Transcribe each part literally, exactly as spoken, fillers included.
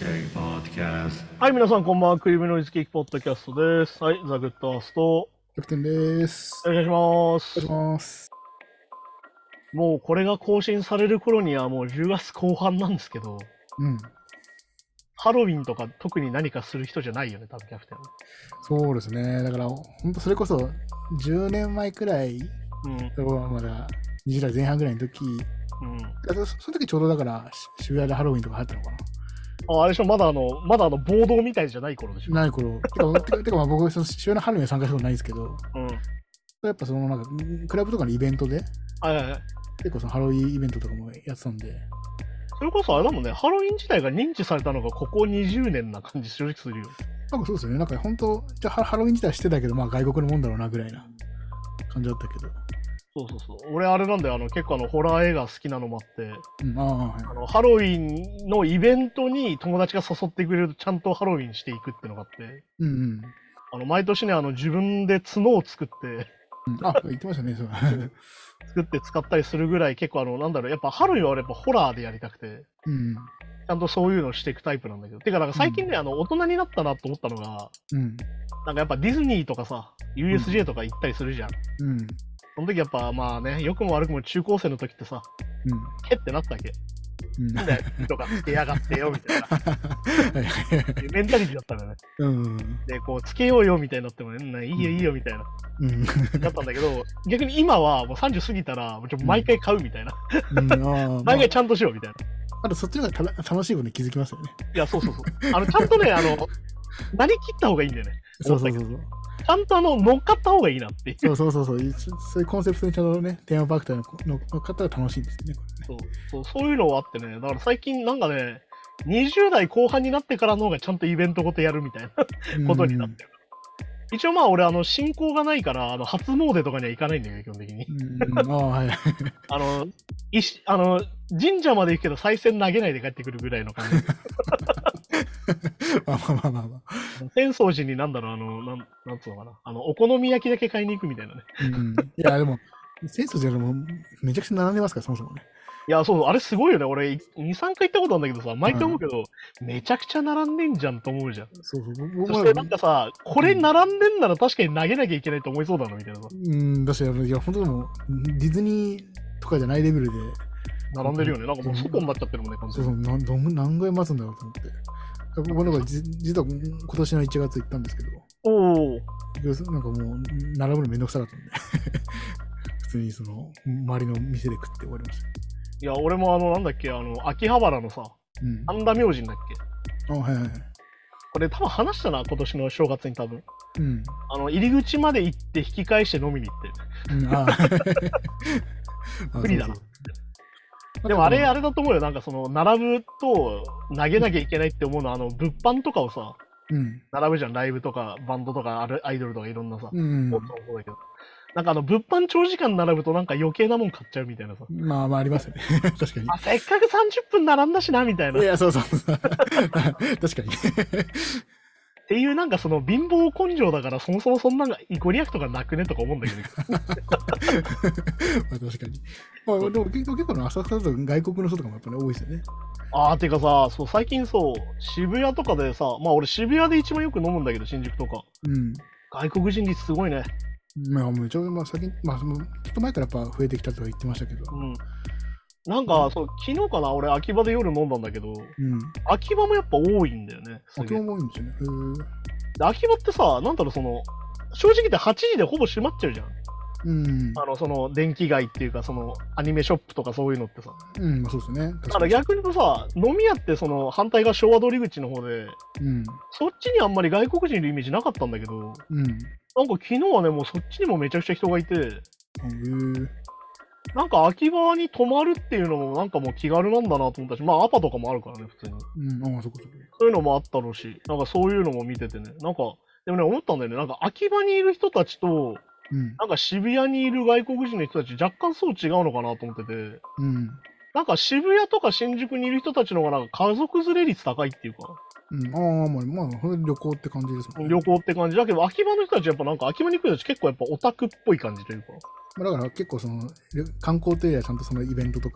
はい、皆さんこんばんは。クリームノイズケーキポッドキャストです。はい、ザ・グッドアースト。 キャプテンです。 お願いします。 お願いします。 もうこれが更新される頃にはもうじゅうがつこう半なんですけど、 うん。 ハロウィンとか特に何かする人じゃないよね、多分キャプテン。 そうですね。だから、本当それこそじゅうねんまえくらい、 うん。 まだにじゅう代前半ぐらいの時、 うん。 そその時ちょうどだからし渋谷でハロウィンとか流行ったのかな。 あ、あれでしょ、まだあの、まだあの、暴動みたいじゃない頃でしょ。 ない頃。てか、てかてかまあ僕、その渋谷のハロウィンに参加したことないんですけど、 うん。 やっぱそのなんか、クラブとかのイベントで、 はいはいはい。 結構そのハロウィンイベントとかもやってたんで、 それこそあれだもんね、ハロウィン自体が認知されたのがここにじゅうねんな感じ正直するよ。 なんかそうですよね。なんか本当、じゃあハロウィン自体はしてたけど、まあ外国のもんだろうなぐらいな感じだったけど。 そうそうそう。俺あれなんだよ、あの、結構あの、ホラー映画好きなのもあって、 うん、ああ、はい。 あの、ハロウィンのイベントに友達が誘ってくれるとちゃんとハロウィンしていくっていうのがあって、 うんうん。 あの、毎年ね、あの、自分で角を作って、 うん、あ、言ってましたね、そう。 作って使ったりするぐらい結構あの、なんだろう、やっぱハロウィンは俺やっぱホラーでやりたくて、 うん。 ちゃんとそういうのをしていくタイプなんだけど。てか、なんか最近ね、あの、大人になったなと思ったのが、 うん。 なんかやっぱディズニーとかさ、ユーエスジェー とか行ったりするじゃん。 うん。 その時やっぱまあね、良くも悪くも中高生の時ってさ、けってなったわけ。 うん。 なんだよ、とかつけやがってよ、みたいな。メンタリティだったのよね。 うん。 で、こう、つけようよ、みたいになってもね、いいよ、いいよ、みたいな。 うん。 だったんだけど、逆に今はもうさんじゅう過ぎたら、もうちょ毎回買うみたいな。 うん、ああ、 毎回ちゃんとしようみたいな。 あとそっちの方がた楽しい分に気づきますよね。 いや、そうそうそう。あの、ちゃんとね、あの、なりきった方がいいんだよね。 そうそうそうそう。 ちゃんとあの、乗っかった方がいいなっていう。 そうそうそうそう。そういうコンセプトにちゃんとね、テーマパークとか乗っかったら楽しいんですよね、これね。 そう、そう、そういうのはあってね、だから最近なんかね、にじゅう代後半になってからの方がちゃんとイベントごとやるみたいなことになってる。一応まあ俺あの信仰がないからあの初詣とかには行かないんだよね基本的に。 うん、ああはい。 あの石あの神社まで行くけど賽銭投げないで帰ってくるぐらいの感じ。 まあまあまあまあまあ。 浅草寺になんだろうあのなんなんつうのかなあのお好み焼きだけ買いに行くみたいなね。 うん。いやでも浅草寺でもめちゃくちゃ並んでますからそもそもね。 いや、そう、あれすごいよね。俺、に、さんかい行ったことあるんだけどさ、毎回思うけど、うん、めちゃくちゃ並んでんじゃんと思うじゃん。 そうそう。 そしてなんかさ、これ並んでんなら確かに投げなきゃいけないと思いそうだな、みたいなさ。 うん、だし、いや、本当でも、ディズニーとかじゃないレベルで。 並んでるよね。なんかもう外になっちゃってるもんね、完全に。そうそう、どん何回待つんだろうと思って。僕なんか実は今年のいちがつ行ったんですけど。 おお。 なんかもう、並ぶのめんどくさかったんで。普通にその、周りの店で食って終わりました。 いや、俺もあの、なんだっけ、あの、秋葉原のさ、うん、神田明神だっけ。あ、はいはいはい。 これ多分話したな、今年の正月に多分。 うん。 あの、入り口まで行って引き返して飲みに行って。うん、ああ。不利だな。でもあれ、あれだと思うよ。なんかその、並ぶと投げなきゃいけないって思うのは、あの、物販とかをさ、うん、並ぶじゃん。ライブとか、バンドとか、アイドルとかいろんなさ、うん、もっともそうだけど。なんかあの、物販長時間並ぶとなんか余計なもん買っちゃうみたいなさ。 まあまあありますよね。確かに。 せっかくさんじゅっぷん並んだしな、みたいな。 いや、そうそうそう。確かに。 っていうなんかその貧乏根性だからそもそもそんなご利益とかなくねとか思うんだけど。 まあ確かに。まあでも結構結構の浅草だと外国の人とかもやっぱり、ね、多いですよね。 ああ、てかさ、そう最近そう、渋谷とかでさ、まあ俺渋谷で一番よく飲むんだけど、新宿とか。うん。外国人率すごいね。 まあ、めちゃまあ最近、まあ、ちょっと前からやっぱ増えてきたとは言ってましたけど。うん。 なんか、そう、昨日かな、俺、秋葉で夜飲んだんだけど、うん、秋葉もやっぱ多いんだよね。 秋葉も多いんですよね。 で、秋葉ってさ、なんだろう、その、正直言ってはちじでほぼ閉まっちゃうじゃん。うん。あの、その、電気街っていうか、その、アニメショップとかそういうのってさ。 うん、まあそうですね。 だから逆に言うとさ、飲み屋ってその、反対が昭和通り口の方で、うん。そっちにあんまり外国人いるイメージなかったんだけど、うん。なんか昨日はね、もうそっちにもめちゃくちゃ人がいて、へー。なんか秋葉に泊まるっていうのもなんかもう気軽なんだなと思ったし、まあアパとかもあるからね、普通に。うん、ああ、そこそこ。そういうのもあったろうし、なんかそういうのも見ててね、なんか、でもね、思ったんだよね、なんか秋葉にいる人たちと、うん、なんか渋谷にいる外国人の人たち若干そう違うのかなと思ってて、うん、なんか渋谷とか新宿にいる人たちの方がなんか家族連れ率高いっていうか、 うん、ああ、まあ、まあ、旅行って感じですもんね。旅行って感じだけど、秋葉の人たちやっぱなんか秋葉に来る人たち結構やっぱオタクっぽい感じというか。 だから結構その観光というよりはちゃんとそのイベントとか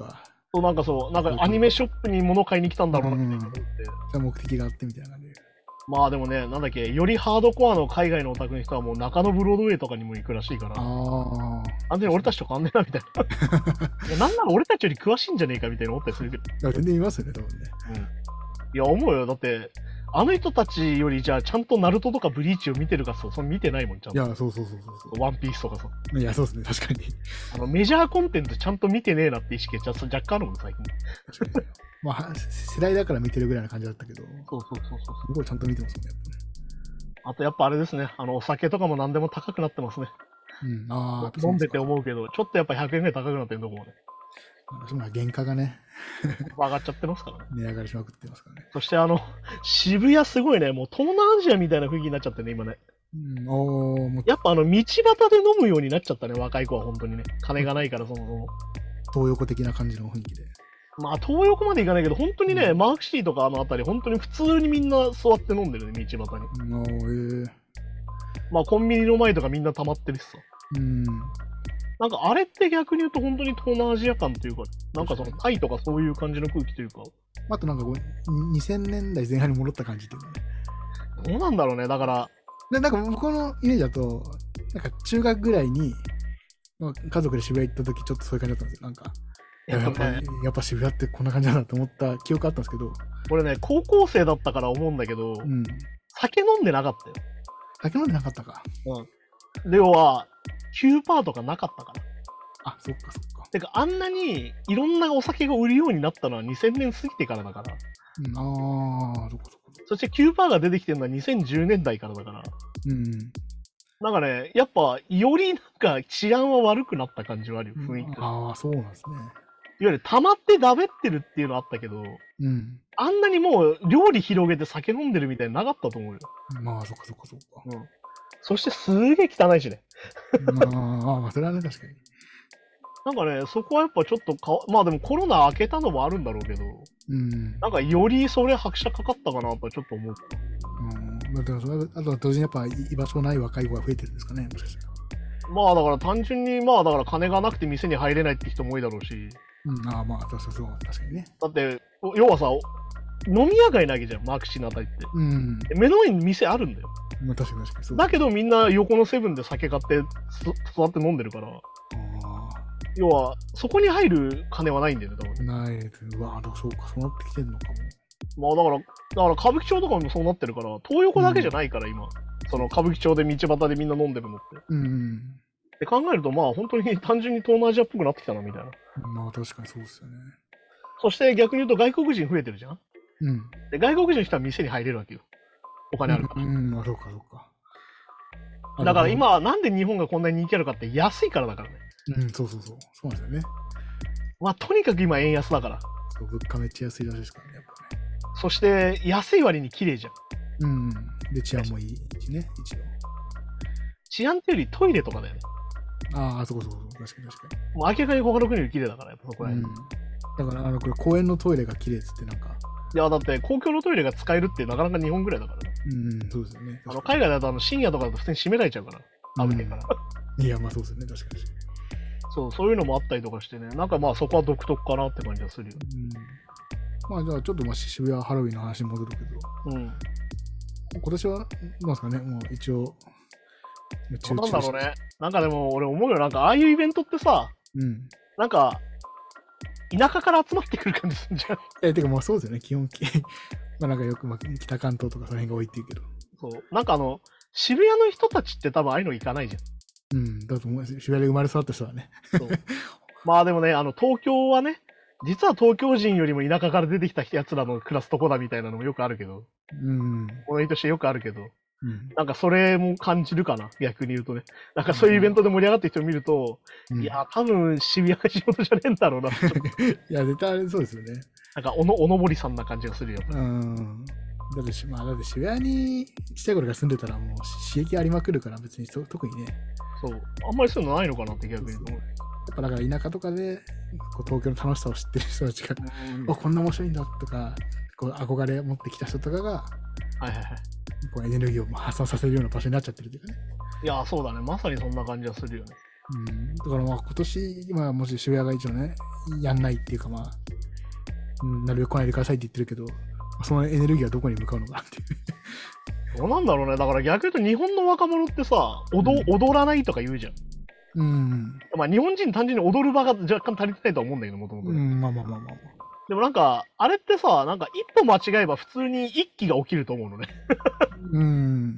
そうなんかそう、なんかアニメショップに物買いに来たんだろうなって思って。 じゃ目的があってみたいな感じで。 まあでもね、なんだっけ、よりハードコアの海外のオタクの人はもう中野ブロードウェイとかにも行くらしいから、ああ。んで俺たちと変わんねえなみたいな。いやなんなら俺たちより詳しいんじゃねえかみたいな思ったりするけど。 いや、全然いますよね、多分ね。 うん。いや、思うよ。だって、あの人たちよりじゃあちゃんとナルトとかブリーチを見てるかそう、その見てないもん、ちゃんと。 いや、そうそうそうそうワンピースとかさ。 いや、そうですね、確かに。 あのメジャーコンテンツちゃんと見てねえなって意識が若干あるもん、最近。 確かに。まあ、世代だから見てるぐらいな感じだったけど、 そうそうそうそう。 すごいちゃんと見てますもんね、やっぱね。 あとやっぱあれですね、あの、お酒とかも何でも高くなってますね。 うん、ああ、飲んでて思うけど、ちょっとやっぱひゃくえんぐらい高くなってるとこもね。 そんな原価がね、 上がっちゃってますからね。 値上がりしまくってますからね。 そしてあの、渋谷すごいね、もう東南アジアみたいな雰囲気になっちゃってね、今ね。 うん、おもやっぱあの、道端で飲むようになっちゃったね、若い子は本当にね。金がないから、そもそも。 東横的な感じの雰囲気で。 まあ、東横まで行かないけど、本当にね、うん、マークシティとかあの辺り、本当に普通にみんな座って飲んでるね、道端に。 うん、おー、えー、 まあ、コンビニの前とかみんな溜まってるしさ。 うん。 なんかあれって逆に言うと本当に東南アジア感というか、なんかそのタイとかそういう感じの空気というか。 あとなんかこう、にせんねんだいぜん半に戻った感じっていうかね。 どうなんだろうね、だから。 で、なんか僕のイメージだと、なんか中学ぐらいに、家族で渋谷行った時ちょっとそういう感じだったんですよ。なんか、やっぱ、ね、やっぱ渋谷ってこんな感じだなと思った記憶あったんですけど。 俺ね、高校生だったから思うんだけど、うん、酒飲んでなかったよ。 酒飲んでなかったか。 うん。で、要は、きゅうパーセントとかなかったから。 あ、そっかそっか。 てか、あんなにいろんなお酒が売るようになったのはにせんねん過ぎてからだから。 うん、ああ、そっかそっか。 そして きゅうパーセント が出てきてるのはにせんじゅうねんだいからだから。うん。なんかね、やっぱ、よりなんか治安は悪くなった感じはあるよ、雰囲気、うん。 ああ、そうなんですね。 いわゆる溜まってだべってるっていうのあったけど、うん。あんなにもう料理広げて酒飲んでるみたいになかったと思うよ。 まあ、そっかそっかそっか。うん。 そしてすげえ汚いしね。 まあ、まあ、それはね、確かに。 なんかね、そこはやっぱちょっとか、まあでもコロナ明けたのもあるんだろうけど、うん。なんかよりそれ拍車かかったかなとちょっと思う。 うん。まあ、でもそれは、あとは同時にやっぱ居場所ない若い子が増えてるんですかね、もしかしたら。 まあだから単純に、まあだから金がなくて店に入れないって人も多いだろうし。 うん、ああまあ、そうそうそう、確かにね。 だって、要はさ、飲み屋街なわけじゃん、マークシーのあたりって。うん。目の前に店あるんだよ。 まあ確かに確かにそう。 だけどみんな横のセブンで酒買って座って飲んでるから。要は、そこに入る金はないんだよね、多分。 ないです。うわぁ、そうか、そうなってきてんのかも。まあだから、だから歌舞伎町とかもそうなってるから、東横だけじゃないから、今。その歌舞伎町で道端でみんな飲んでるのって。うん。って考えると、まあ本当に単純に東南アジアっぽくなってきたな、みたいな。 まあ確かにそうですよね。 そして逆に言うと外国人増えてるじゃん。 うん。 で、外国人の人は店に入れるわけよ。お金あるから。 うん、うん、まあそうか、そうか。 だから今、なんで日本がこんなに人気あるかって安いからだからね。 うん、そうそうそう。そうなんですよね。 まあ、とにかく今円安だから。 そう、物価めっちゃ安いらしいですからね、やっぱね。 そして、安い割に綺麗じゃん。うん。で、治安もいいしね、一応。 治安っていうよりトイレとかだよね。 ああ、そうそうそう、確かに確かに。 もう明らかに他の国より綺麗だから、やっぱそこら辺。 うん。だから、あの、これ公園のトイレが綺麗っつってなんか。 いや、だって公共のトイレが使えるってなかなか日本ぐらいだからね。 うん、そうですよね。 あの、海外だとあの深夜とかだと普通に閉められちゃうから。危ねえから。 いや、まあそうですよね、確かに。 そう、そういうのもあったりとかしてね、なんかまあそこは独特かなって感じがするよ。 うん、まあじゃあちょっとまあ渋谷ハロウィンの話に戻るけど、うん、今年はどうですかね、もう一応。 なんだろうね。なんかでも俺思うよ、なんかああいうイベントってさ、うん、なんか、田舎から集まってくる感じするんじゃん。 え、てかまあそうですよね、基本、まあなんかよく、まあ、北関東とかその辺が多いって言うけど。 そう。なんかあの、渋谷の人たちって多分ああいうの行かないじゃん。 うん、だと思う。渋谷で生まれ育った人はね。そう。 まあでもね、あの、東京はね、実は東京人よりも田舎から出てきたやつらの暮らすとこだみたいなのもよくあるけど。うん。この人としてよくあるけど。うん、なんかそれも感じるかな、逆に言うとね。なんかそういうイベントで盛り上がってる人を見ると、うん、いや、多分渋谷が仕事じゃねえんだろうな。いや、絶対あれそうですよね。 なんかおの、おのぼりさんな感じがするよ。 うん。だって、まあ、だって渋谷にちっちゃい頃から住んでたらもう刺激ありまくるから別に特にね。 そう。あんまりそういうのないのかなって逆に思う。 やっぱだから田舎とかでこう東京の楽しさを知ってる人たちが、うん、おこんな面白いんだとか、こう憧れを持ってきた人とかが、はいはいはい。こうエネルギーを発散させるような場所になっちゃってるっていうかね。 いや、そうだね。まさにそんな感じがするよね。 うん。だからまあ今年、今もし渋谷が一応ね、やんないっていうかまあ、 うん、なるべく来ないでくださいって言ってるけど、そのエネルギーはどこに向かうのかっていう。 どうなんだろうね。だから逆に言うと日本の若者ってさ、踊、うん、踊らないとか言うじゃん。うん。まあ日本人単純に踊る場が若干足りてないとは思うんだけど、もともと。うん、まあまあまあまあ。でもなんか、あれってさ、なんか一歩間違えば普通に一気が起きると思うのね。うん。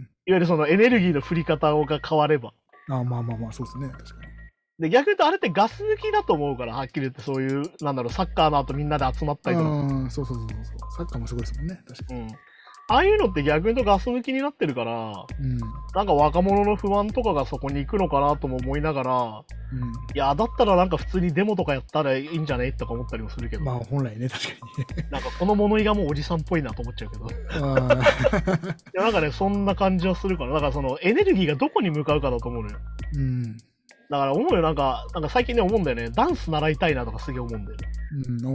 いわゆるそのエネルギーの振り方が変われば。 ああまあまあまあ、そうですね。確かに。 で、逆に言うとあれってガス抜きだと思うから、はっきり言ってそういう、なんだろう、サッカーの後みんなで集まったりとか。 うん、そうそうそうそう。サッカーもすごいですもんね。確かに。うん。 ああいうのって逆に言うとガス抜きになってるから、うん、なんか若者の不安とかがそこに行くのかなとも思いながら、うん、いや、だったらなんか普通にデモとかやったらいいんじゃねとか思ったりもするけど。 まあ本来ね、確かに。 なんかこの物言いがもうおじさんっぽいなと思っちゃうけど。いやなんかね、そんな感じはするから、だからそのエネルギーがどこに向かうかだと思うのよ。うん。だから思うよ、なんか、なんか最近ね思うんだよね。ダンス習いたいなとかすげえ思うんだよね。うん。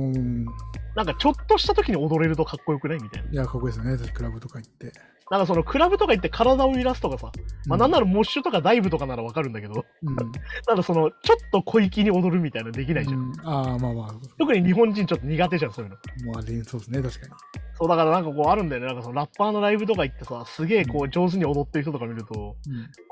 なんかちょっとした時に踊れるとかっこよくないみたいな。 いや、かっこいいですよね。クラブとか行って。 なんかそのクラブとか行って体を揺らすとかさ、まあなんならモッシュとかダイブとかならわかるんだけど、うん、ただそのちょっと小粋に踊るみたいなのできないじゃん。うん、ああ、まあまあ。特に日本人ちょっと苦手じゃん、そういうの。 まあ、そうですね、確かに。 そうだからなんかこうあるんだよね。なんかそのラッパーのライブとか行ってさ、すげえこう上手に踊ってる人とか見ると、うん、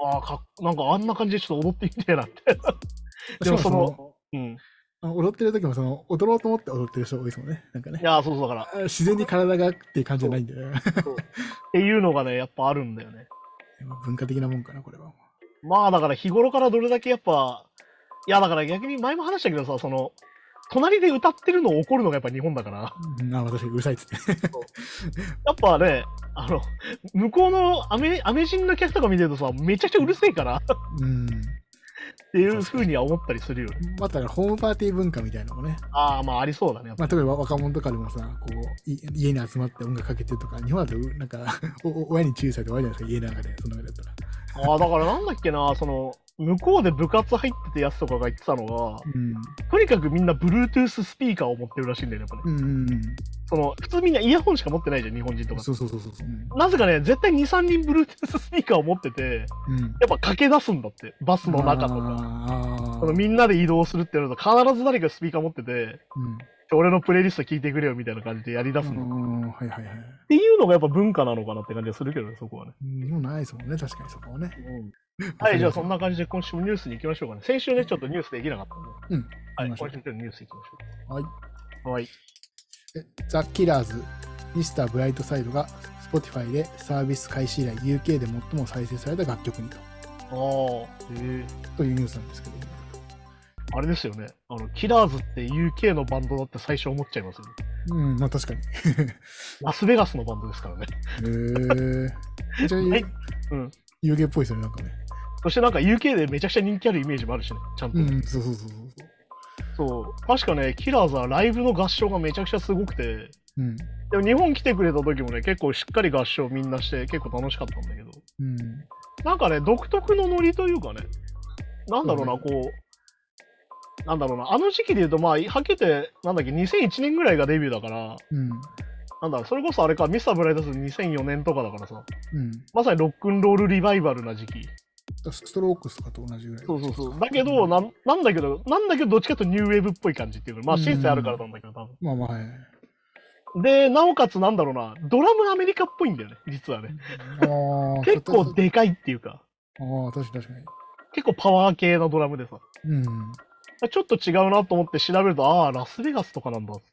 ああ、かなんかあんな感じでちょっと踊ってみてえなって。でもその、うん。 踊ってる時もその踊ろうと思って踊ってる人多いですもんね。なんかね。 いや、そうそうだから。 自然に体がっていう感じじゃないんだよね。 っていうのがね、やっぱあるんだよね。 文化的なもんかな、これは。 まあだから日頃からどれだけやっぱ、いやだから逆に前も話したけどさ、その、隣で歌ってるのを怒るのがやっぱ日本だから。 うん、あ、私うるさいっつって。 やっぱね、あの、向こうのアメ、アメ人の客とか見てるとさ、めちゃくちゃうるせえから。うん。っていうふうには思ったりするよね。 またホームパーティー文化みたいなのもね。 ああ、まあありそうだね。 まあ、特に若者とかでもさ、こう、家に集まって音楽かけてとか、日本だとなんか親に注意されて終わりじゃないですか、家の中で、そんなことやったら。ああ、だからなんだっけな、その、向こうで部活入ってたやつとかが言ってたのが、うん、とにかくみんな Bluetooth スピーカーを持ってるらしいんだよね、やっぱね。うんうんうん、その普通みんなイヤホンしか持ってないじゃん、日本人とか。そうそうそうそう、うん、なぜかね、絶対に、さんにん Bluetooth スピーカーを持ってて、うん、やっぱ駆け出すんだって、バスの中とか。そのみんなで移動するってなると、必ず誰かスピーカー持ってて、うん俺のプレイリスト聞いてくれよみたいな感じでやり出すの。はいはいはい。っていうのがやっぱ文化なのかなって感じがするけどね、そこはね。 日本ないですもんね、確かにそこはね。 うん、はい、じゃあそんな感じで今週もニュースに行きましょうかね。先週ね、ちょっとニュースできなかったんで。うん。はい、今週ちょっとニュース行きましょう。はい。はい。 ザ・キラーズ、ミスター・ブライトサイドが Spotify でサービス開始以来 ユーケー で最も再生された楽曲にと。ああ、へえ。というニュースなんですけど。 あれですよね。あの、キラーズって ユーケー のバンドだって最初思っちゃいますよね。 うん、まあ確かに。 ラスベガスのバンドですからね。へえ。じゃあ、はい、うん。ユーケー っぽいですよね、なんかね。 そしてなんか ユーケー でめちゃくちゃ人気あるイメージもあるしね、ちゃんと。うん、そうそうそうそう。そう。確かね、キラーズはライブの合唱がめちゃくちゃすごくて、うん。でも日本来てくれた時もね、結構しっかり合唱みんなして結構楽しかったんだけど。うん。なんかね、独特のノリというかね、なんだろうな、こう、なんだろうな、あの時期で言うと、まあ、はっきり言って、なんだっけ、にせんいちねんぐらいがデビューだから、うん、なんだろう、それこそあれか、ミスターブライトスにせんよねんとかだからさ、うん、まさにロックンロールリバイバルな時期。 ストロークスとかと同じぐらい。 そうそうそう。だけど、ななんだけど、なんだけど、どっちかというとニューウェーブっぽい感じっていうか、まあ、シンセあるからなんだけど、多分。まあまあ、はい。で、なおかつ、なんだろうな、ドラムアメリカっぽいんだよね、実はね。結構でかいっていうか。 ああ、確かに確かに。 結構パワー系のドラムでさ。うん。ちょっと違うなと思って調べると、ああ、ラスベガスとかなんだって。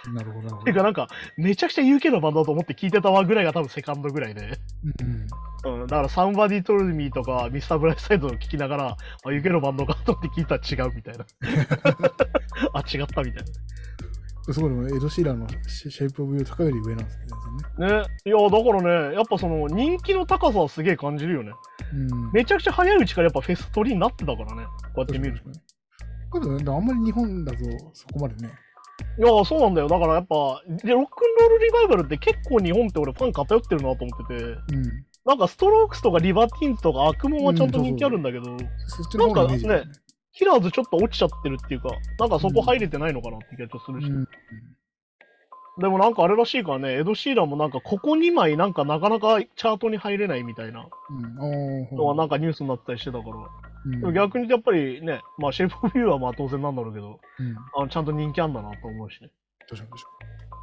なるほど、なるほど。ていうか、なんか、めちゃくちゃ ユーケー のバンドだと思って聞いてたわぐらいが多分セカンドぐらいで。うん。うん、だから、サンバディトルミーとか、ミスターブライトサイドを聞きながら、あ、ユーケー のバンドかと思って聞いたら違うみたいな。あ、違ったみたいな。 すごいね、エド・シーラーのシェイプ・オブ・ユー高より上なんですね。 ね。いや、だからね、やっぱその人気の高さはすげえ感じるよね。うん。めちゃくちゃ早いうちからやっぱフェス取りになってたからね。こうやって見ると。 あんまり日本だとそこまでね。 いや、そうなんだよ。だからやっぱ、でロックンロールリバイバルって結構日本って俺ファン偏ってるなと思ってて、うん、なんかストロークスとかリバティーンズとかアクモンはちゃんと人気あるんだけど、うん、なんかね、キラーズちょっと落ちちゃってるっていうか、なんかそこ入れてないのかなって気がするし。うんうん、でもなんかあれらしいからね、エド・シーランもなんかここにまいなんかなかなかチャートに入れないみたいなのはなんかニュースになったりしてたから。うん、でも逆にやっぱりね、まあシェイプ・オブ・ユーはまあ当然なんだろうけど、うん、あのちゃんと人気あんだなと思うしね。確かに確か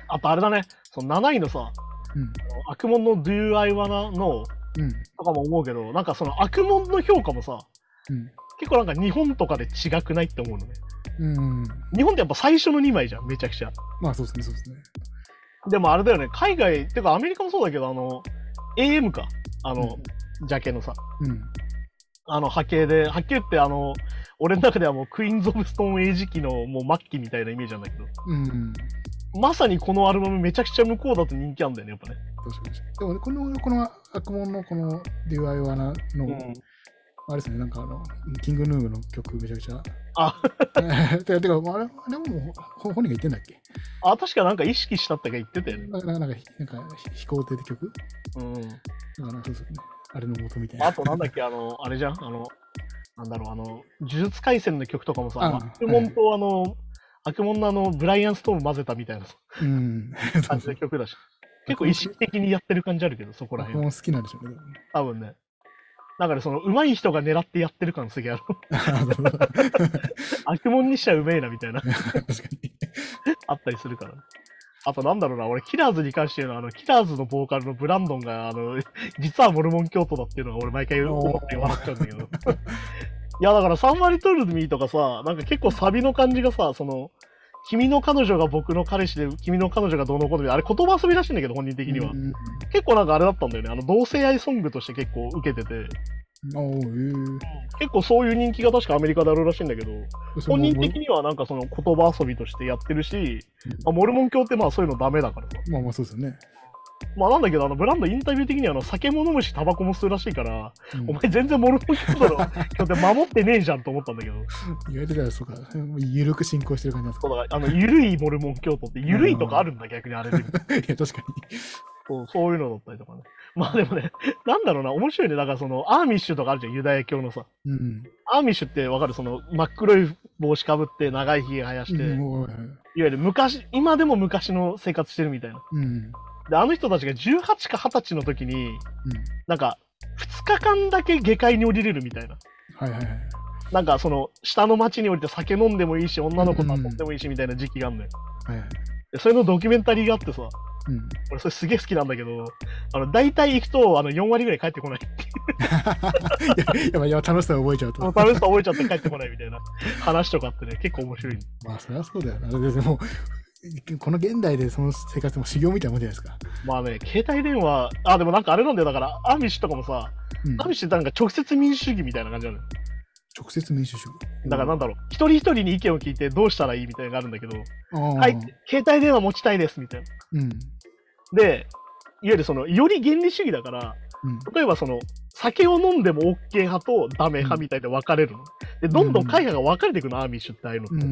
あとあれだね、そのなないのさ、うん、悪門の Do I Wanna の、うん、とかも思うけど、なんかその悪門の評価もさ、うん、結構なんか日本とかで違くないって思うのね。うん、日本ってやっぱ最初のにまいじゃん、めちゃくちゃ。 まあそうですね、そうですね。 でもあれだよね、海外、ってかアメリカもそうだけど、あの、エーエム か、あの、うん、ジャケのさ、うん、あの波形で、はっきり言ってあの、俺の中ではもうクイーンズ・オブ・ストーン・エイジ期のもう末期みたいなイメージなんだけど、うん、まさにこのアルバムめちゃくちゃ向こうだと人気あんだよね、やっぱね。 確かに。でも、ね、この、この悪門のこの デュアイワナの、うん、あれですね、なんかあの、キングヌーの曲めちゃくちゃ。あてか、てか、あれ、あれもも本人が言ってんだっけ？ あ、確かなんか意識したってか言ってたよね。 なんか、なんか、なんか飛行艇って曲？うん。なんかそうですよね。あれの元みたいな。 あとなんだっけ、あの、あれじゃん、あの、なんだろう、あの、呪術廻戦の曲とかもさ、悪門とあの、はい、悪門のあの、ブライアンストーム混ぜたみたいな、うん、感じの曲だし。結構意識的にやってる感じあるけど、そこら辺。 も好きなんでしょうね。 多分ね。だからその、上手い人が狙ってやってる感すげえある。悪門にしちゃうめえな、みたいな。確かに。あったりするから。あとなんだろうな、俺、キラーズに関して言うのは、あの、キラーズのボーカルのブランドンが、あの、実はモルモン教徒だっていうのが俺毎回思って笑っちゃうんだけど。いや、だからサンマリトルミーとかさ、なんか結構サビの感じがさ、その、君の彼女が僕の彼氏で、君の彼女がどうのこうので、あれ言葉遊びらしいんだけど、本人的には。結構なんかあれだったんだよね。あの、同性愛ソングとして結構受けてて。結構そういう人気が確かアメリカであるらしいんだけど、本人的にはなんかその言葉遊びとしてやってるし、うん、まあ、モルモン教ってまあそういうのダメだからさ。 まあまあそうですよね。 まあなんだけど、あのブランドインタビュー的にはあの酒も飲むしタバコも吸うらしいから、うん、お前全然モルモン教徒の教って守ってねえじゃんと思ったんだけど。 意外とだよ、そうか。ゆるく進行してる感じなんですか。 そうだ、あのゆるいモルモン教徒ってゆるいとかあるんだ、逆にあれで。いや、確かに。 そう、そういうのだったりとかね。まあでもね、なんだろうな、面白いね。だからその、アーミッシュとかあるじゃん、ユダヤ教のさ。うん、アーミッシュってわかる？その、真っ黒い帽子かぶって長いひげ生やして、うん、いわゆる昔、今でも昔の生活してるみたいな。うん、で、あの人たちがじゅうはちかはたちの時に、うん、なんか、ふつかかんだけ下界に降りれるみたいな。はいはいはい。なんかその、下の町に降りて酒飲んでもいいし、女の子と遊んでもいいしみたいな時期があるんだよ。はいはい。で、それのドキュメンタリーがあってさ、うん、俺それすげえ好きなんだけど、あの大体行くとあのよんわりぐらい帰ってこないっていう。 やばいや楽しさを覚えちゃうと。 楽しさ覚えちゃって帰ってこないみたいな話とかってね、結構面白い。 まあそりゃそうだよな。でもこの現代でその生活も修行みたいなもんじゃないですか。 まあね、携帯電話、あ、でもなんかあれなんだよ、だからアーミッシュとかもさ、うん、アーミッシュってなんか直接民主主義みたいな感じなのよ。 直接民主主義。 だからなんだろう、一人一人に意見を聞いてどうしたらいいみたいなのがあるんだけど、はい、携帯電話持ちたいですみたいな。うん、で、いわゆるその、より原理主義だから、うん、例えばその、酒を飲んでも OK 派とダメ派みたいで分かれるの。で、どんどん会派が分かれていくの、アーミッシュってああいうのって。うん、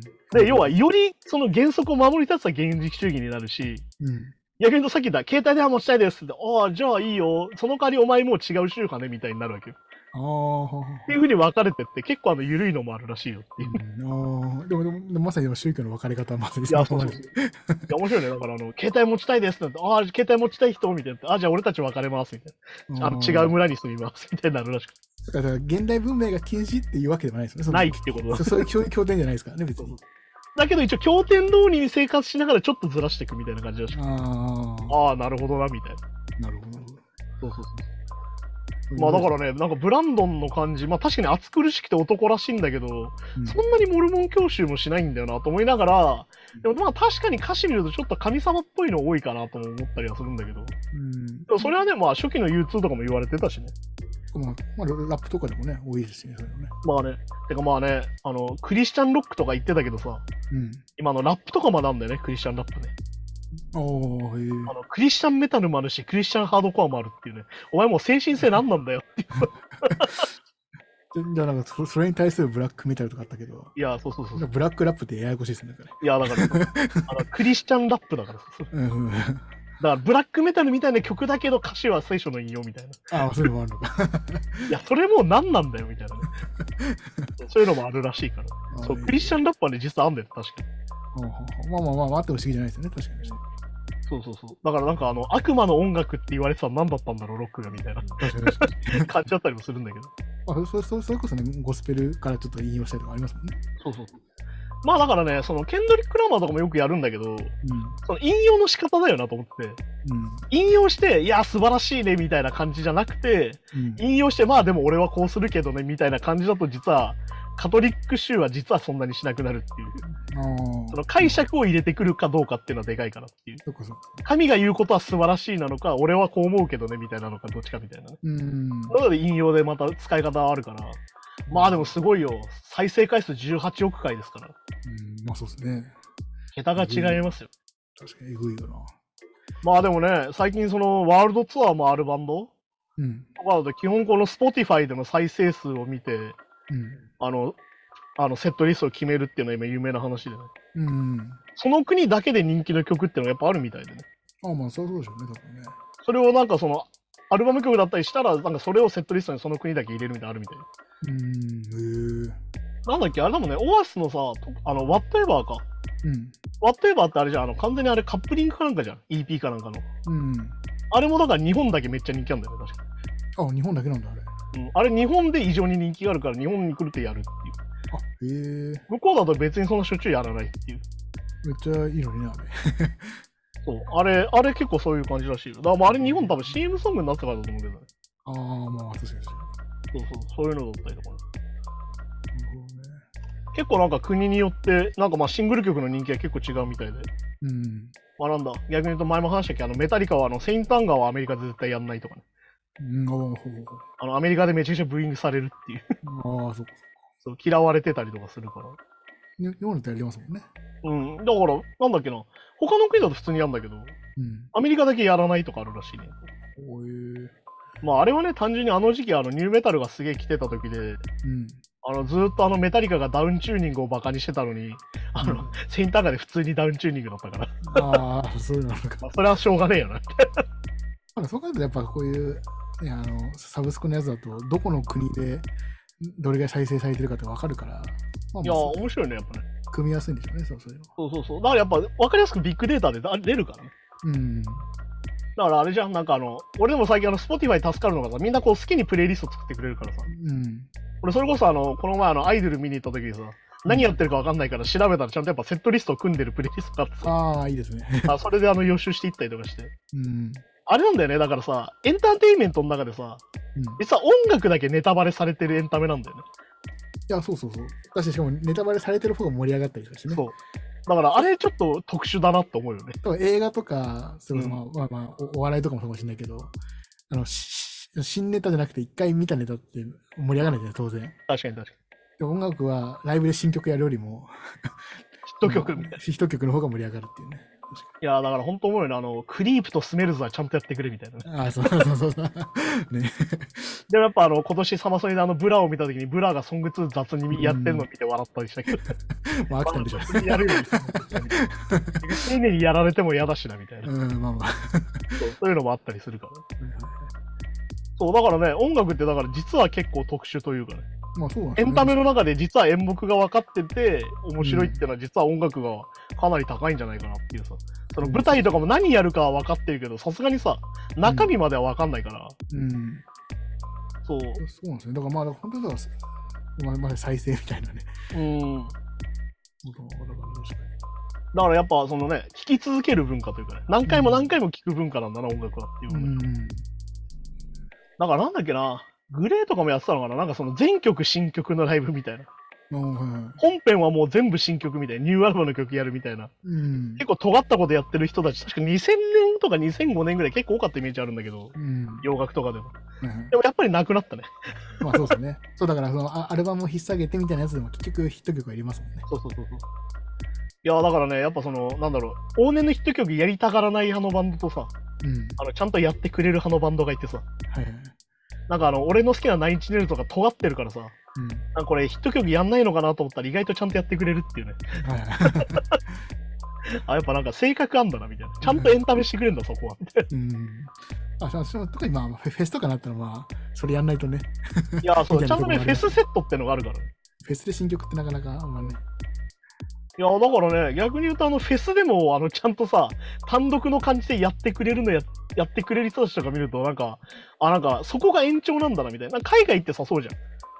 で、要は、よりその原則を守り立つは原理主義になるし、うん、逆に言うとさっき言った、携帯電話持ちたいですって、ああ、じゃあいいよ、その代わりお前もう違う宗派ね、みたいになるわけよ。っていうふうに分かれてって、結構あの緩いのもあるらしいよっていう。 うん、あでもでもでもまさに宗教の分かれ方はまさにそう。いや、そうそうそう。いや、面白いね。だから、あの、携帯持ちたいですって、ああ、携帯持ちたい人みたいな。ああ、じゃあ俺たち別れますみたいな。あの、違う村に住みますみたいになるらしくて。 だから、現代文明が禁止っていうわけではないですね。 ないってことだ。 そういう経典じゃないですからね、別に。 だけど一応、経典通りに生活しながらちょっとずらしていくみたいな感じらしくて。ああ、なるほどな、みたいな。 なるほど。そうそうそう。 まあだからね、なんかブランドンの感じ、まあ確かに暑苦しくて男らしいんだけど、うん、そんなにモルモン教習もしないんだよなと思いながら、でもまあ確かに歌詞見るとちょっと神様っぽいの多いかなとも思ったりはするんだけど、うん、でもそれはね、まあ初期の ユーツー とかも言われてたしね。 まあ、まあ、ラップとかでもね、多いですしね、そういうのね。 まあね、てかまあね、あの、クリスチャンロックとか言ってたけどさ、うん、今のラップとかまであんだよね、クリスチャンラップね。おー、へー。あのクリスチャンメタルもあるし、クリスチャンハードコアもあるっていうね。お前もう精神性何なんだよっていう。 じゃあなんかそ、それに対するブラックメタルとかあったけど。 いや、そうそうそう。 ブラックラップってややこしいですね。 いや、だから、あのクリスチャンラップだからさ。うんだからブラックメタルみたいな曲だけど歌詞は聖書の引用みたいな。 ああ、そういうのもあるのか。 いや、それもう何なんだよみたいなね。そういうのもあるらしいから。そう、クリスチャンラップはね、実はあんだよ、確かに。まあまあまあ、まあっても不思議じゃないですよね、確かに。 そうそうそう。だからなんかあの、悪魔の音楽って言われてたら何だったんだろう、ロックがみたいな感じだったりもするんだけど。 あそそそれこそね、ゴスペルからちょっと引用したりとかありますもんね。 そうそう。 まあだからね、そのケンドリック・ラマーとかもよくやるんだけど、うん、その引用の仕方だよなと思って、うん、引用して、いや、素晴らしいねみたいな感じじゃなくて、うん、引用して、まあでも俺はこうするけどねみたいな感じだと、実は、カトリック州は実はそんなにしなくなるっていう。その解釈を入れてくるかどうかっていうのはでかいかなっていう。神が言うことは素晴らしいなのか、俺はこう思うけどねみたいなのか、どっちかみたいなね。うん。なので引用でまた使い方はあるから。まあでもすごいよ。再生回数じゅうはちおくかいですから。 うん、まあそうですね。 桁が違いますよ。 確かにえぐいよな。 まあでもね、最近そのワールドツアーもあるバンド、うん、とかだと基本この Spotify での再生数を見て、うん、あの、あのセットリストを決めるっていうのは今有名な話でね。うん。その国だけで人気の曲っていうのがやっぱあるみたいでね。 ああまあそうでしょうね、多分ね。 それをなんかその、アルバム曲だったりしたら、なんかそれをセットリストにその国だけ入れるみたいなのあるみたい。うん、へえ。なんだっけ、あれだもんね、オアシスのさ、あの、Whatever か。うん。Whatever ってあれじゃん、あの、完全にあれカップリングかなんかじゃん。イーピー かなんかの。うん。あれもだから日本だけめっちゃ人気なんだよね、確かに。あ、日本だけなんだ、あれ。 うん。あれ日本で異常に人気があるから日本に来るとやるっていう。あ、へえ。向こうだと別にそんなしょっちゅうやらないっていう。 めっちゃいいのにね、あれ。 そう。あれ、あれ結構そういう感じらしいよ。だからまああれ日本多分 シーエム ソングになってたからだと思うけどね。 ああ、まあ確かに。そうそう、そういうのだったりとかね。結構なんか国によって、なんかまあシングル曲の人気は結構違うみたいで。うん。まあなんだ、逆に言うと前も話したっけ、あのメタリカはあのセイントアンガーはアメリカで絶対やんないとかね。うん、あのアメリカでめちゃくちゃブーイングされるっていう。ああ、そっか。そう、嫌われてたりとかするから。 日本だとやりますもんね。 うん。だから、なんだっけな。他の国だと普通にやるんだけど、うん、アメリカだけやらないとかあるらしいね。おえ。まああれはね、単純にあの時期あのニューメタルがすげえ来てた時で、うん、あのずーっとあのメタリカがダウンチューニングをバカにしてたのに、あの、うん、セインターガーで普通にダウンチューニングだったから。ああ、そういうのなんか。まあ、それはしょうがねえよなって。 まあそう考えるとやっぱこういう、ね、あのサブスクのやつだと、どこの国でどれぐらい再生されてるかって分かるから。 まあ、いや、面白いね、やっぱね。 組みやすいんでしょうね、そうそういうの。 そうそうそう。だからやっぱ分かりやすくビッグデータで出るからね。うん。だからあれじゃん、なんかあの、俺でも最近あの、Spotify 助かるのがさ、みんなこう好きにプレイリスト作ってくれるからさ。うん。俺それこそあの、この前あの、アイドル見に行った時にさ、何やってるか分かんないから調べたらちゃんとやっぱセットリストを組んでるプレイリストがあってさ。 ああ、いいですね。 あ、それであの、予習していったりとかして。うん。あれなんだよね、だからさ、エンターテインメントの中でさ、うん、実は音楽だけネタバレされてるエンタメなんだよね。 いや、そうそうそう。だし、しかもネタバレされてる方が盛り上がったりするしね。そう。 だから、あれちょっと特殊だなって思うよね。 映画とか、それこそ、まあ、うん、まあまあお、お笑いとかもそうかもしれないけど、あの、新ネタじゃなくて一回見たネタって盛り上がらないじゃん、当然。 確かに確かに。 で音楽はライブで新曲やるよりも、 ヒット曲みたいな。 ヒット曲の方が盛り上がるっていうね。 いやだから本当思うよね、あの、クリープとスメルズはちゃんとやってくれみたいな、ね。 ああ、そうそうそうそう。 ね。でもやっぱあの、今年サマソニであの、ブラを見たときに、ブラがソングツー雑にやってるのを見て笑ったりしたけど。 まあ、飽きたんでしょ。 やるように丁寧にやられても嫌だしな、みたいな。うん、まあまあそう。そういうのもあったりするから。そう、だからね、音楽ってだから実は結構特殊というかね。まあそうなんですね、エンタメの中で実は演目が分かってて面白いっていうのは実は音楽がかなり高いんじゃないかなっていうさ、その舞台とかも何やるかは分かってるけどさすがにさ中身までは分かんないから、うん、うん、 そうそうなんですね。だからまあ本当にだからまあ再生みたいなね。うん。 だからやっぱそのね聴き続ける文化というかね何回も何回も聴く文化なんだな、うん、音楽はっていう、うん、だからなんだっけな。グレーとかもやってたのかな、なんかその全曲新曲のライブみたいな。本編はもう全部新曲みたいな、ニューアルバムの曲やるみたいな。うん、結構尖ったことやってる人たち、確かにせんねんとかにせんごねんぐらい結構多かったイメージあるんだけど、うん、洋楽とかでも、うん。でもやっぱりなくなったね。 まあそうですね。そうだからそのアルバムを引っ提げてみたいなやつでも結局ヒット曲はいりますもんね。 そうそうそうそう。いやだからね、やっぱその、なんだろう、往年のヒット曲やりたがらない派のバンドとさ、うん、あのちゃんとやってくれる派のバンドがいてさ。はいはい。なんかあの、俺の好きなナインチネイルズとか尖ってるからさ、うん、なんかこれヒット曲やんないのかなと思ったら意外とちゃんとやってくれるっていうね。はい、あ、やっぱなんか性格あんだなみたいな。ちゃんとエンタメしてくれるんだ、そこは。うん。 あ、そう、特にまあ、フェスとかなったらまあ、それやんないとね。 いや、そう、ちゃんとね、フェスセットってのがあるからね。 フェスで新曲ってなかなかあんまね。 いや、だからね、逆に言うとあの、フェスでも、あの、ちゃんとさ、単独の感じでやってくれるのや、やってくれる人たちとか見ると、なんか、あ、なんか、そこが延長なんだな、みたいな。なんか海外行ってさ、そうじゃん。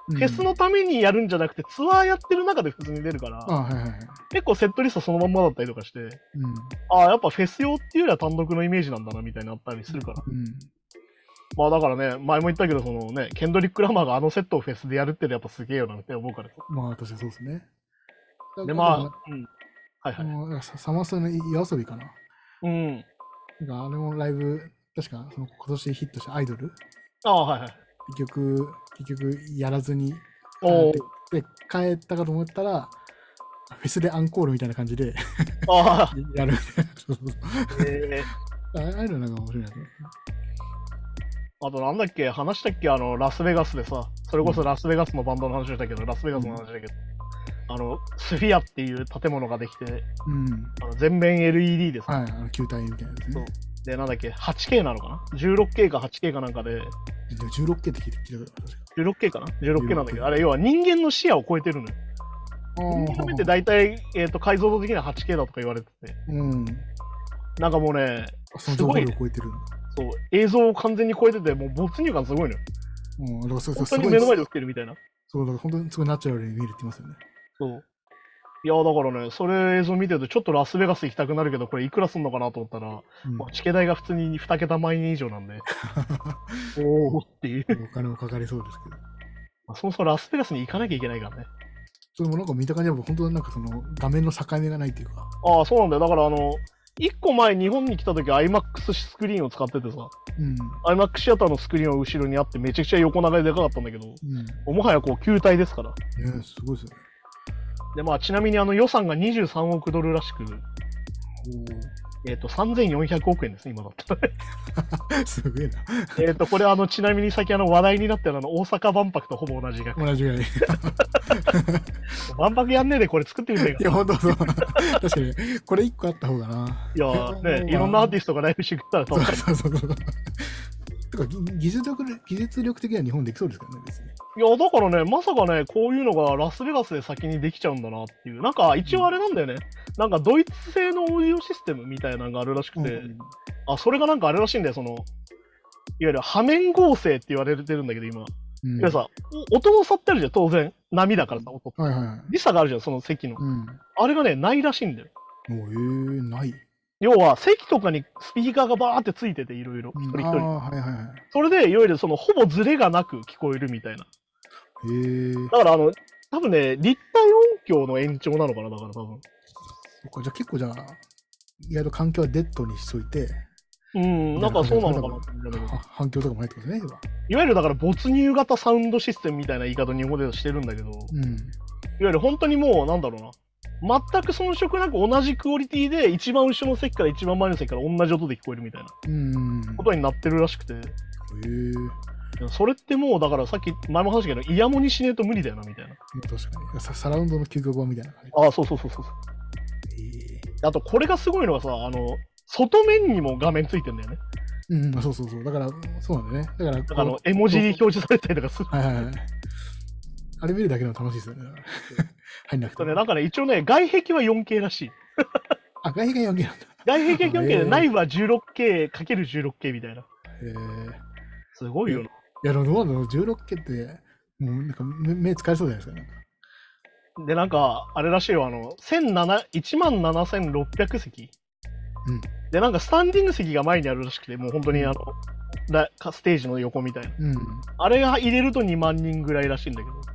フェスのためにやるんじゃなくて、ツアーやってる中でフェスに出るから、 はいはいはい、 結構セットリストそのまんまだったりとかして、うん、ああ、やっぱフェス用っていうよりは単独のイメージなんだなみたいになったりするから。うん、まあだからね、前も言ったけど、そのね、ケンドリック・ラマーがあのセットをフェスでやるってやっぱすげえよなって思うからさ。 まあ私はそうですね。 で、まあ、うん。はいはい。サマソの夜遊びかな。 うん。 なんかあれもライブ、確かその今年ヒットしたアイドル。 ああ、はいはい。 結局、結局やらずに、 おで、帰ったかと思ったら、フェスでアンコールみたいな感じであやるみたいな。そうそうそう。えー、ああいうのなんか面白いな。 あとなんだっけ、話したっけ、あの、ラスベガスでさ、それこそラスベガスのバンドの話したけど、うん、ラスベガスの話だけど、あの、スフィアっていう建物ができて、うん、あの全面 エルイーディー でさ、 はい、あの球体みたいなですね。 で、なんだっけ、はちケー なのかな ?じゅうろくケー か はちケー かなんかで、 じゅうろくケー って聞いて聞いたことある。 じゅうろくケー かな ?じゅうろくケー なんだけど、あれ要は人間の視野を超えてるのよ。人間って大体、えーと、解像度的には はちケー だとか言われてて、うん、なんかもうね、 すごい、ね、超えてるそう、映像を完全に超えてて、もう没入感すごいのよ。うん、だからそうそう本当に目の前で起きてるみたいな。 そう、だから本当にすごいナチュラルに見えるって言いますよね。 そう。いや、だからね、それ映像見てると、ちょっとラスベガス行きたくなるけど、これいくらすんのかなと思ったら、うんまあ、チケ代が普通ににけた万円以上なんで、おおっていう。 お金もかかりそうですけど。 まあ、そもそもラスベガスに行かなきゃいけないからね。 それもなんか見た感じは、本当になんかその画面の境目がないっていうか。 ああ、そうなんだよ。だからあの、いっこまえ日本に来た時 アイマックス スクリーンを使っててさ、うん、アイマックス シアターのスクリーンは後ろにあってめちゃくちゃ横長ででかかったんだけど、うん、もはやこう球体ですから。 ね、すごいですよね。 で、まあちなみにあの予算がにじゅうさんおくドルらしく、えっ、ー、と、さんぜんよんひゃくおくえんですね、今だったら。すげえな。 えっと、これあの、ちなみに先あの話題になってるあの、大阪万博とほぼ同じ額。 同じぐらい。 万博やんねえでこれ作ってみてよ。 いや、ほんとそう。確かに、これいっこあった方がな。 いやね、いろんなアーティストがライブしてくれたらそうそうそうそう。てか技術力、技術力的には日本できそうですからね、別に。 いや、だからね、まさかね、こういうのがラスベガスで先にできちゃうんだなっていう。なんか、一応あれなんだよね。うん、なんか、ドイツ製のオーディオシステムみたいなのがあるらしくて、うん、あ、それがなんかあれらしいんだよ、その、いわゆる波面合成って言われてるんだけど、今。うん、いやさ、音の差ってあるじゃん、当然。波だからさ、音って。はいはいはい、時差があるじゃん、その席の。うん、あれがね、ないらしいんだよ。 へえー、ない。 要は、席とかにスピーカーがバーってついてて、いろいろ。一人一人。はいはいはい。それで、いわゆるその、ほぼズレがなく聞こえるみたいな。 へー。 だから、あの、多分ね、立体音響の延長なのかな、だから多分。 そっか、じゃあ結構じゃあ、意外と環境はデッドにしといて。 うん、なんかそうなのかな。 反響とかもないってことですね、 いわゆるだから没入型サウンドシステムみたいな言い方を日本語でしてるんだけど、うん、いわゆる本当にもう、なんだろうな。全く遜色なく同じクオリティで一番後ろの席から一番前の席から同じ音で聞こえるみたいなことになってるらしくて。へー。それってもうだからさっき前も話したけどイヤモニしねえと無理だよなみたいな。 確かに。サラウンドの究極版みたいな感じ。 ああ、そうそうそうそう。へー。あとこれがすごいのがさ、あの、外面にも画面ついてんだよね。 うん、そうそうそう。だから、そうなんだよね。だから、だからあの絵文字表示されたりとかする。 はいはいはい。あれ見るだけでも楽しいですよね。入んなくて。 ね、なんかね、一応ね、外壁は よんケー らしい。 あ、外壁が よんケー なんだ。 外壁が よんケー で、内部は じゅうろくケーかけるじゅうろくケー みたいな。へえ。 すごいよな。いや、でもどうなの ?じゅうろくケー って、もうなんか目、目疲れそうじゃないですか、ね。 で、なんか、あれらしいよ、あの、いちまんななせんろっぴゃくせき。うん。で、なんか、スタンディング席が前にあるらしくて、もう本当にあの、ステージの横みたいな。うん。あれが入れるとにまんにんぐらいらしいんだけど。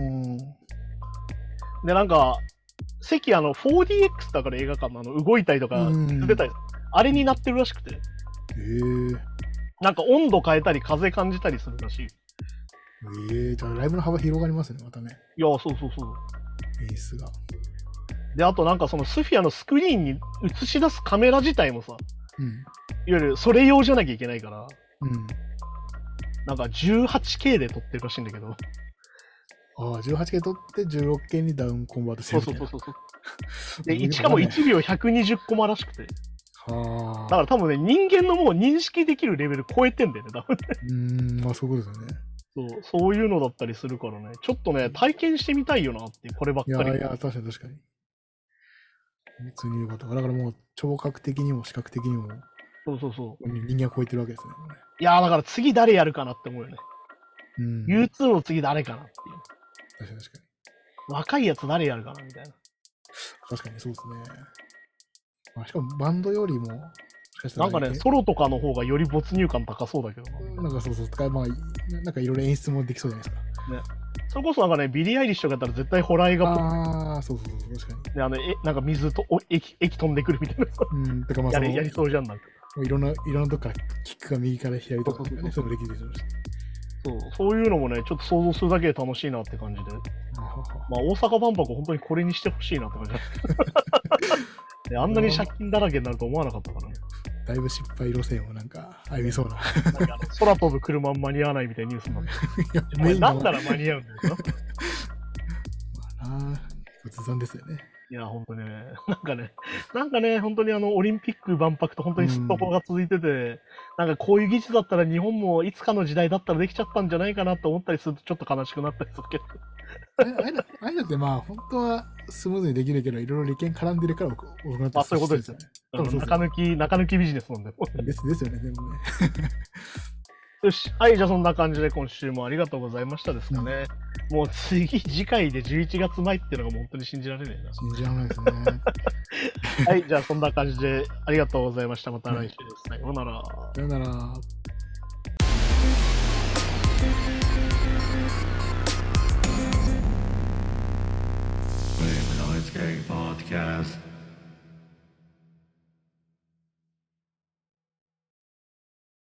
で、なんか、席あの フォーディーエックス だから映画館のあの動いたりとか出たり、あれになってるらしくて。へー。 なんか温度変えたり風感じたりするらしい。 へえ、じゃあライブの幅広がりますね、またね。 いや、そうそうそう。 ベースが。 で、あとなんかそのスフィアのスクリーンに映し出すカメラ自体もさ、うん、いわゆるそれ用じゃなきゃいけないから、うん、なんか じゅうはちケー で撮ってるらしいんだけど。 ああ、じゅうはちケー 撮って じゅうろくケー にダウンコンバートするみたいな。 そうそうそうそう。で、しかもいちびょうひゃくにじゅうコマらしくて。はあ。だから多分ね、人間のもう認識できるレベル超えてんだよね、多分ね。 うーん、まあそういうことですよね。 そう、そういうのだったりするからね、ちょっとね、体験してみたいよなっていう、こればっかり。 いやいや、確かに確かに。別に言うこと。だからもう、聴覚的にも視覚的にも、 そうそうそう。 人間を超えてるわけですね。 いやー、だから次誰やるかなって思うよね。 うん、ユーツー の次誰かなっていう。 確かに確かに。 若いやつ誰やるかなみたいな。 確かにそうですね。まあ、しかもバンドよりも、 なんかね、ソロとかの方がより没入感高そうだけどな。なんかそうそう、まあ、なんかいろいろ演出もできそうじゃないですか。ね。 それこそなんかね、ビリー・アイリッシュとかやったら絶対ホラー映画っぽく。ああ、そうそうそう、確かに。 で、あの、え、なんか水とお液、液飛んでくるみたいな。うん、てかまあやり、やりそうじゃんなんか。 もういろんな、いろんなとこからキックが右から左とかね、それできるでしょうし。 そう、そういうのもね、ちょっと想像するだけで楽しいなって感じで。まあ、大阪万博本当にこれにしてほしいなって感じだったあんなに借金だらけになると思わなかったからね。 だいぶ失敗路線をなんか歩みそうな。 なんか空飛ぶ車間に合わないみたいなニュースになって。なんなら間に合うんだよ。 まあな、仏残ですよね。 いや、ほんとね、なんかね、なんかね、本当にあの、オリンピック万博と本当にすっとこが続いてて、うん、なんかこういう技術だったら日本もいつかの時代だったらできちゃったんじゃないかなと思ったりするとちょっと悲しくなったりするけど。 ああいうのってまあ、本当はスムーズにできるけど、いろいろ利権絡んでるから多くなってまあそういうことですよね。中抜き、中抜きビジネスなんで。 ですですよね、でもね。 よし。はい、じゃあそんな感じで今週もありがとうございましたですかね。うん、もう次、次回でじゅういちがつまえっていうのがもう本当に信じられねえな。 信じられないですね。 はい、じゃあそんな感じでありがとうございました。また来週です。さようなら。 さようなら。Podcast.